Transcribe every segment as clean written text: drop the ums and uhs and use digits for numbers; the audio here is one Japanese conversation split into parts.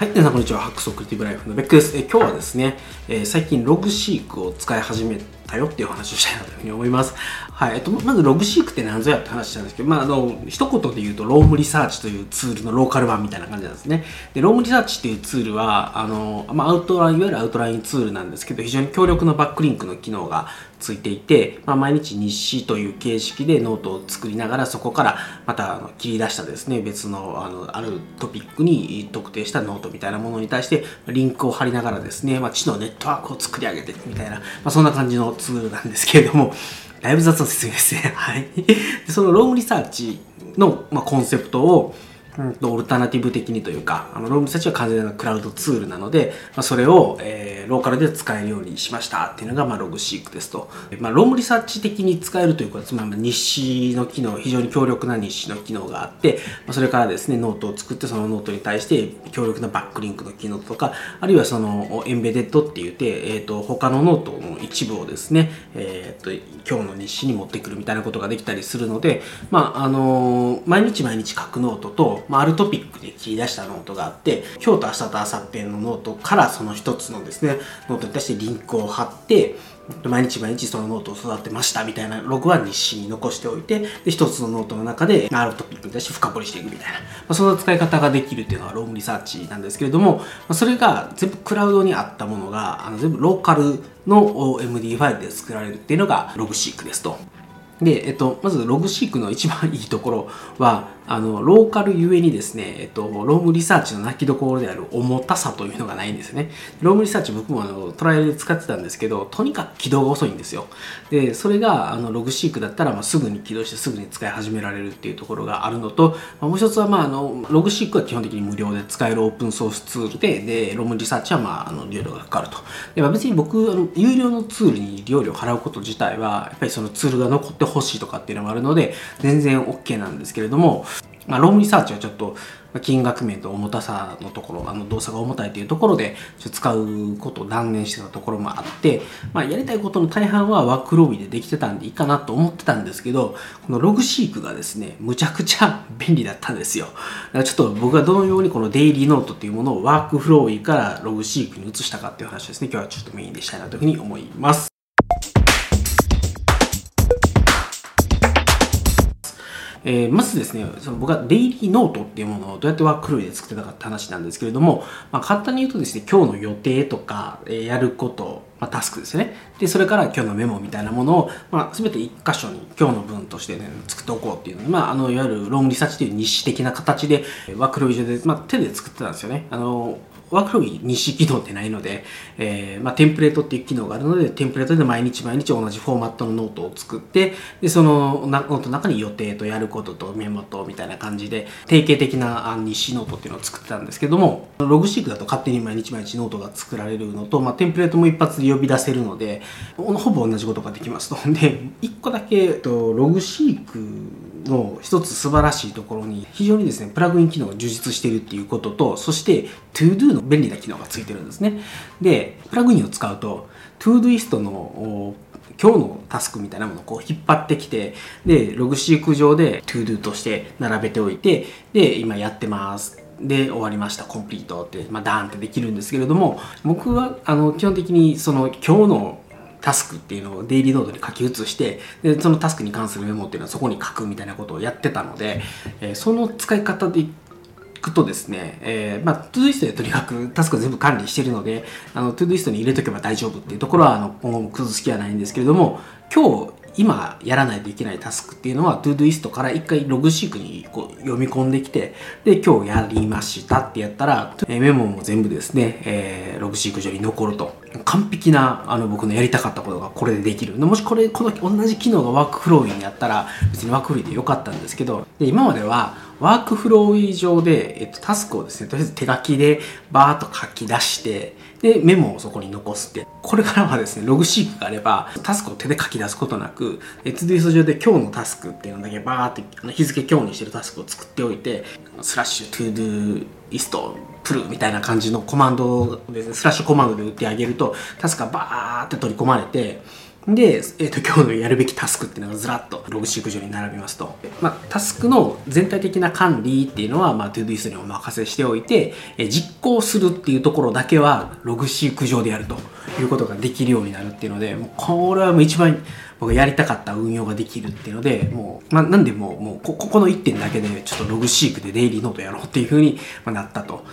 はい、皆さんこんにちは。ハックスオクリティブライフのベックです。今日はですね、最近ログシークを使い始めたよっていう話をしたいなというふうに思います。はい、まずログシークって何ぞやって話なんですけど、一言で言うとロームリサーチというツールのローカル版みたいな感じなんですね。で、ロームリサーチっていうツールは、いわゆるアウトラインツールなんですけど、非常に強力なバックリンクの機能がついていて、毎日日誌という形式でノートを作りながら、そこからまた切り出したですね、別のあるトピックに特定したノートみたいなものに対してリンクを貼りながらですね、知のネットワークを作り上げてみたいな、そんな感じのツールなんですけれども、だいぶ雑な説明ですね。はい。でそのロームリサーチの、コンセプトをオルタナティブ的にというか、ロームリサーチは完全なクラウドツールなので、それを、ローカルで使えるようにしましたっていうのが、ログシークですと。ロームリサーチ的に使えるということは、つまり日誌の機能、非常に強力な日誌の機能があって、それからですね、ノートを作って、そのノートに対して強力なバックリンクの機能とか、あるいはそのエンベデッドって言って、他のノートの一部をですね、今日の日誌に持ってくるみたいなことができたりするので、毎日毎日書くノートと、あるトピックで切り出したノートがあって、今日と明日と明後日のノートからその一つのですね、ノートに対してリンクを貼って、毎日毎日そのノートを育てましたみたいなログは日誌に残しておいて、で、一つのノートの中であるトピックに対して深掘りしていくみたいな、そんな使い方ができるっていうのがロームリサーチなんですけれども、それが全部クラウドにあったものが、全部ローカルの MD ファイルで作られるっていうのがログシークですと。で、まずログシークの一番いいところは、ローカルゆえにですね、ロームリサーチの泣きどころである重たさというのがないんですね。ロームリサーチ僕もトライアルで使ってたんですけど、とにかく起動が遅いんですよ。で、それがログシークだったらすぐに起動してすぐに使い始められるっていうところがあるのと、もう一つはログシークは基本的に無料で使えるオープンソースツールで、ロームリサーチは利料がかかると。で、別に僕、有料のツールに利用料を払うこと自体は、やっぱりそのツールが残って欲しいとかっていうのもあるので、全然 OK なんですけれども、ロームリサーチはちょっと金額面と重たさのところ、動作が重たいというところで使うことを断念してたところもあって、やりたいことの大半はワークフロービーでできてたんでいいかなと思ってたんですけど、このログシークがですね、むちゃくちゃ便利だったんですよ。だからちょっと僕がどのようにこのデイリーノートっていうものをワークフロービーからログシークに移したかっていう話ですね、今日はちょっとメインでしたいなというふうに思います。まずですね、僕がデイリーノートっていうものをどうやってワークフローで作ってたかって話なんですけれども、簡単に言うとですね、今日の予定とか、やること、タスクですね。で、それから今日のメモみたいなものを、すべて一箇所に今日の分としてね、作っておこうっていうのに、いわゆるロームリサーチという日誌的な形で、ワークフロー上で、手で作ってたんですよね。ワークフローに日誌機能ってないので、テンプレートっていう機能があるので、テンプレートで毎日毎日同じフォーマットのノートを作って、で、そのノートの中に予定とやることとメモとみたいな感じで、定型的な日誌ノートっていうのを作ってたんですけども、ログシークだと勝手に毎日毎日ノートが作られるのと、テンプレートも一発で呼び出せるので、ほぼ同じことができますと。で、一個だけ、ログシークの一つ素晴らしいところに、非常にですね、プラグイン機能が充実しているっていうことと、そして、ToDo の便利な機能がついてるんですね。で、プラグインを使うと、ToDoist の今日のタスクみたいなものを引っ張ってきて、で、ログシーク上で ToDo として並べておいて、で、今やってます。で、終わりました、コンプリートって、ダーンってできるんですけれども、僕は、基本的に、その、今日のタスクっていうのをデイリーノートに書き写して、で、そのタスクに関するメモっていうのはそこに書くみたいなことをやってたので、その使い方でいくとですね、ToDoist でとにかくタスクを全部管理しているので、ToDoist に入れとけば大丈夫っていうところは、今後も崩す気はないんですけれども、今やらないといけないタスクっていうのは ToDoist から一回ログシークに読み込んできて、で、今日やりましたってやったら、メモも全部ですね、ログシーク上に残ると。完璧な僕のやりたかったことがこれでできる。もしこの同じ機能がワークフローにあったら別にワークフローでよかったんですけど、で今まではワークフロー上で、タスクをですね、とりあえず手書きでバーッと書き出して、で、メモをそこに残すって。これからはですね、ログシークがあれば、タスクを手で書き出すことなく、ToDoist 上で今日のタスクっていうのだけバーって日付今日にしてるタスクを作っておいて、スラッシュ ToDoist プルみたいな感じのコマンドをですね、スラッシュコマンドで打ってあげると、タスクがバーって取り込まれて、 で、今日のやるべきタスクっていうのがずらっとログシーク上に並びますと。タスクの全体的な管理っていうのは、トゥードゥイストにお任せしておいて、実行するっていうところだけはログシーク上でやるということができるようになるっていうので、もうこれはもう一番僕がやりたかった運用ができるっていうので、もう、なんでもうここの1点だけでちょっとログシークでデイリーノートやろうっていうふうになったと。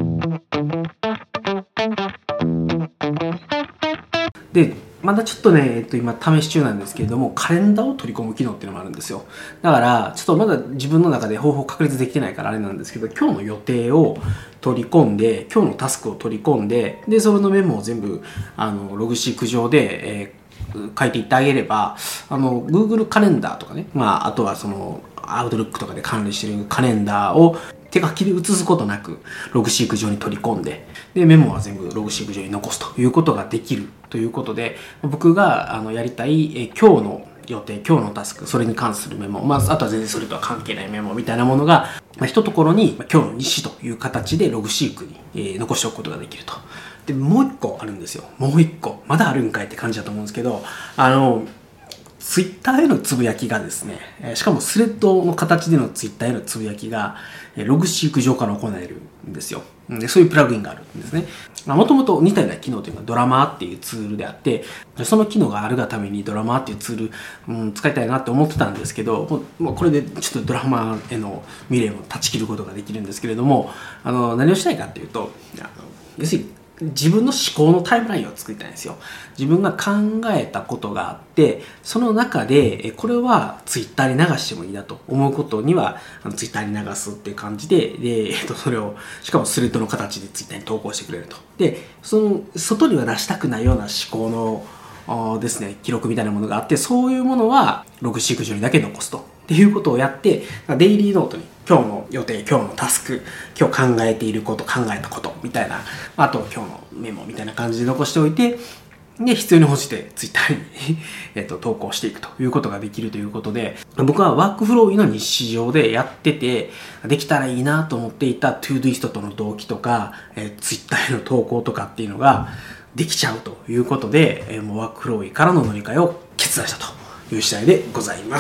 で、まだちょっとね、今試し中なんですけれども、カレンダーを取り込む機能っていうのもあるんですよ。だから、ちょっとまだ自分の中で方法確立できてないからあれなんですけど、今日の予定を取り込んで、今日のタスクを取り込んで、で、それのメモを全部、ログシーク上で、書いていってあげれば、Google カレンダーとかね、あとはその、Outlook とかで管理しているカレンダーを手書きで写すことなくログシーク上に取り込んで、でメモは全部ログシーク上に残すということができるということで、僕がやりたい今日の予定、今日のタスク、それに関するメモ、あとは全然それとは関係ないメモみたいなものが、一ところに今日の日誌という形でログシークに残しておくことができると。でもう一個あるんですよ。もう一個まだあるんかいって感じだと思うんですけど、ツイッターへのつぶやきがですね、しかもスレッドの形でのツイッターへのつぶやきが、ログシーク上から行えるんですよ。で、そういうプラグインがあるんですね。もともと似たような機能というのはドラマーっていうツールであって、その機能があるがためにドラマーっていうツール、使いたいなって思ってたんですけど、もうこれでちょっとドラマーへの未練を断ち切ることができるんですけれども、何をしたいかっていうと、要するに自分の思考のタイムラインを作りたいんですよ。自分が考えたことがあって、その中で、これはツイッターに流してもいいなと思うことには、ツイッターに流すっていう感じで、それを、しかもスレッドの形でツイッターに投稿してくれると。で、その、外には出したくないような思考の、ですね、記録みたいなものがあって、そういうものはログシーク上にだけ残すと。っていうことをやって、デイリーノートに今日の予定、今日のタスク、今日考えていること、考えたことみたいな、あと今日のメモみたいな感じで残しておいて、で、必要に応じてツイッターに投稿していくということができるということで、僕はワークフローの日誌上でやってて、できたらいいなと思っていたトゥードゥイストとの同期とか、ツイッターへの投稿とかっていうのができちゃうということで、もうワークフローからの乗り換えを決断したという次第でございます。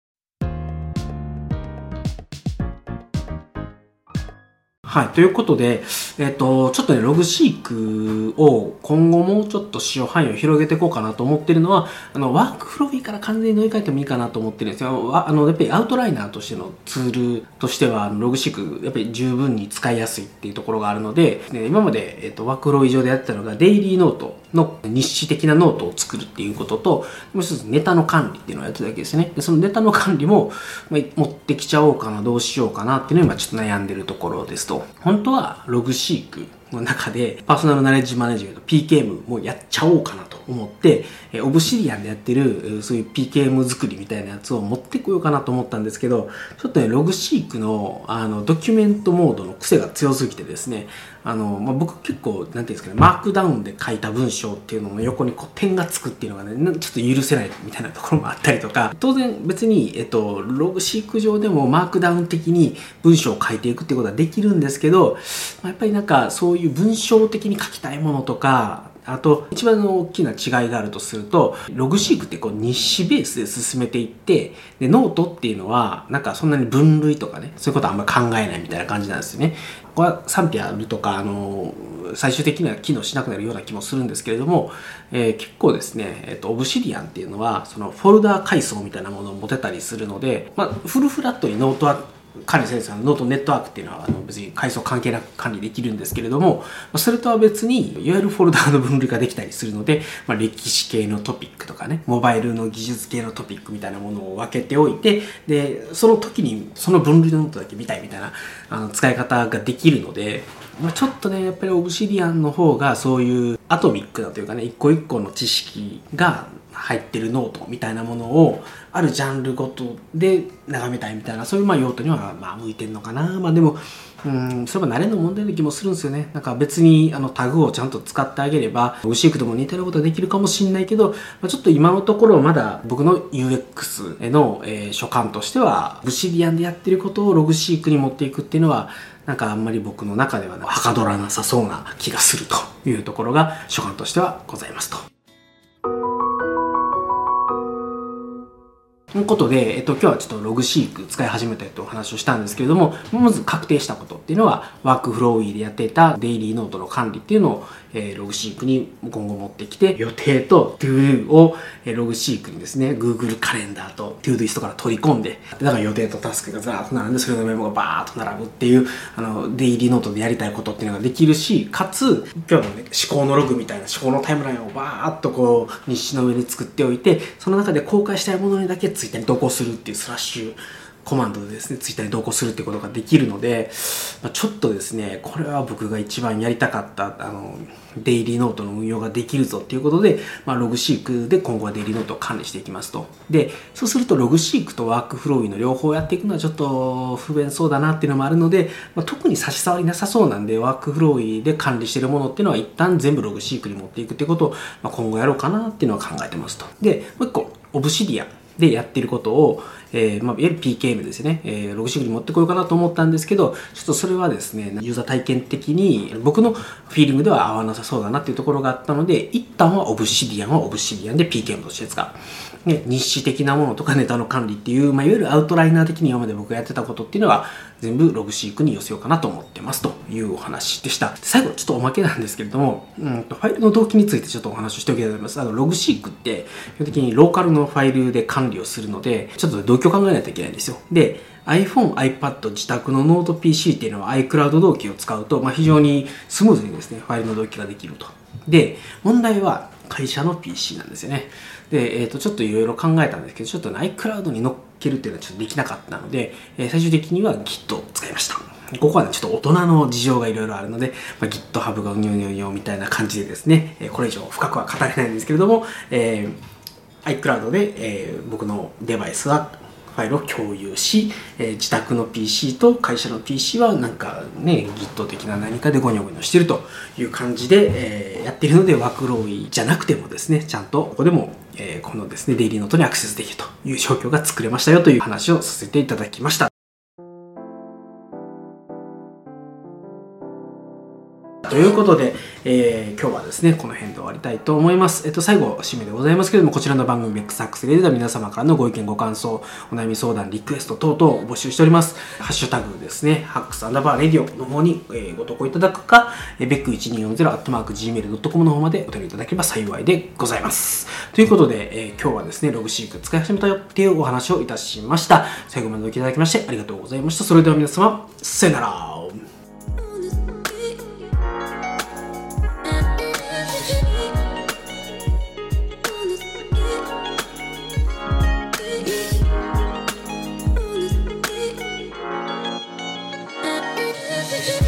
はい。ということで、ちょっとね、ログシークを今後もうちょっと使用範囲を広げていこうかなと思ってるのは、ワークフローから完全に乗り換えてもいいかなと思ってるんですよ。やっぱりアウトライナーとしてのツールとしては、ログシーク、やっぱり十分に使いやすいっていうところがあるので、今まで、ワークフロー以上でやってたのが、デイリーノートの日誌的なノートを作るっていうことと、もう一つネタの管理っていうのをやってたわけですね。で、そのネタの管理も、持ってきちゃおうかな、どうしようかなっていうのを今ちょっと悩んでるところですと。本当はログシークの中でパーソナルナレッジマネジメント PKM もやっちゃおうかなと思って、オブシディアンでやってるそういう PKM 作りみたいなやつを持ってこようかなと思ったんですけど、ちょっとね、ログシークのドキュメントモードの癖が強すぎてですね、僕結構、なんていうんですかね、マークダウンで書いた文章っていうのの横にこう点がつくっていうのがね、ちょっと許せないみたいなところもあったりとか、当然別に、ログシーク上でもマークダウン的に文章を書いていくっていうことはできるんですけど、やっぱりなんかそういう文章的に書きたいものとか、あと、一番の大きな違いがあるとすると、ログシークってこう日誌ベースで進めていって、で、ノートっていうのは、なんかそんなに分類とかね、そういうことはあんまり考えないみたいな感じなんですよね。これは賛否あるとか、最終的には機能しなくなるような気もするんですけれども、結構ですね、オブシディアンっていうのは、そのフォルダー階層みたいなものを持てたりするので、フルフラットにノートは管理せずノートネットワークっていうのは別に階層関係なく管理できるんですけれども、それとは別にいわゆるフォルダーの分類ができたりするので、歴史系のトピックとかね、モバイルの技術系のトピックみたいなものを分けておいて、でその時にその分類のノートだけ見たいみたいな使い方ができるので、ちょっとね、やっぱりオブシディアンの方がそういうアトミックなというかね、一個一個の知識が入ってるノートみたいなものをあるジャンルごとで眺めたいみたいな、そういう用途には向いてるのかな。でもそれは慣れの問題な気もするんですよね。なんか別にタグをちゃんと使ってあげればログシークとも似たようなことができるかもしれないけど、ちょっと今のところまだ僕の UX への所感としては、オブシディアンでやってることをログシークに持っていくっていうのはなんかあんまり僕の中でははかどらなさそうな気がするというところが所感としてはございますと。 いうことで、今日はちょっとログシーク使い始めたよとお話をしたんですけれども、まず確定したことっていうのは、ワークフローイーでやっていたデイリーノートの管理っていうのを、ログシークに今後持ってきて、予定と ToDo をログシークにですね、Google カレンダーと ToDoist から取り込んで、だから予定とタスクがずらーっと並んで、それのメモがバーっと並ぶっていう、デイリーノートでやりたいことっていうのができるし、かつ、今日のね、思考のログみたいな思考のタイムラインをバーっとこう、日誌の上に作っておいて、その中で公開したいものにだけツイッターに投稿するっていうスラッシュコマンドでですね、ツイッターに投稿するっていうことができるので、ちょっとですね、これは僕が一番やりたかった、デイリーノートの運用ができるぞっていうことで、ログシークで今後はデイリーノートを管理していきますと。で、そうするとログシークとワークフローイの両方やっていくのはちょっと不便そうだなっていうのもあるので、特に差し障りなさそうなんで、ワークフローイで管理しているものっていうのは一旦全部ログシークに持っていくっていうことを、今後やろうかなっていうのは考えてますと。で、もう一個、オブシディアンでやっていることを、いわゆる PKM ですね、ログシークに持ってこようかなと思ったんですけど、ちょっとそれはですね、ユーザー体験的に僕のフィーリングでは合わなさそうだなっていうところがあったので、一旦はオブシディアンはオブシディアンで PKM として使う。日誌的なものとかネタの管理っていう、いわゆるアウトライナー的に今まで僕がやってたことっていうのは全部ログシークに寄せようかなと思ってますというお話でした。最後ちょっとおまけなんですけれども、ファイルの動機についてちょっとお話をしておきたいと思います。ログシークって基本的にローカルのファイルで管理をするので、ちょっと動機を考えないといけないんですよ。で、iPhone、iPad、自宅のノート PC っていうのは iCloud 同期を使うと、非常にスムーズにですね、ファイルの同期ができると。で、問題は会社の PC なんですよね。で、ちょっといろいろ考えたんですけど、ちょっと、iCloud に乗っけるっていうのはちょっとできなかったので、最終的には Git を使いました。ここはね、ちょっと大人の事情がいろいろあるので、GitHub がうにょうにょうにょみたいな感じでですね、これ以上深くは語れないんですけれども、iCloud で、僕のデバイスはファイルを共有し、自宅の PC と会社の PC はなんかね、Git 的な何かでゴニョゴニョしてるという感じで、やっているので、ワークローイじゃなくてもですね、ちゃんとここでも、このですね、デイリーノートにアクセスできるという状況が作れましたよという話をさせていただきました。ということで、今日はですね、この辺で終わりたいと思います。最後、締めでございますけれども、こちらの番組、ベックスハックスレディでは皆様からのご意見、ご感想、お悩み相談、リクエスト等々を募集しております。ハッシュタグですね、ハックスアンダーバーレディオの方に、ご投稿いただくか、beck1240@gmail.com の方までお手にいただければ幸いでございます。ということで、今日はですね、ログシーク使い始めたよっていうお話をいたしました。最後までお聞きいただきましてありがとうございました。それでは皆様、さよなら。 We'll be right back.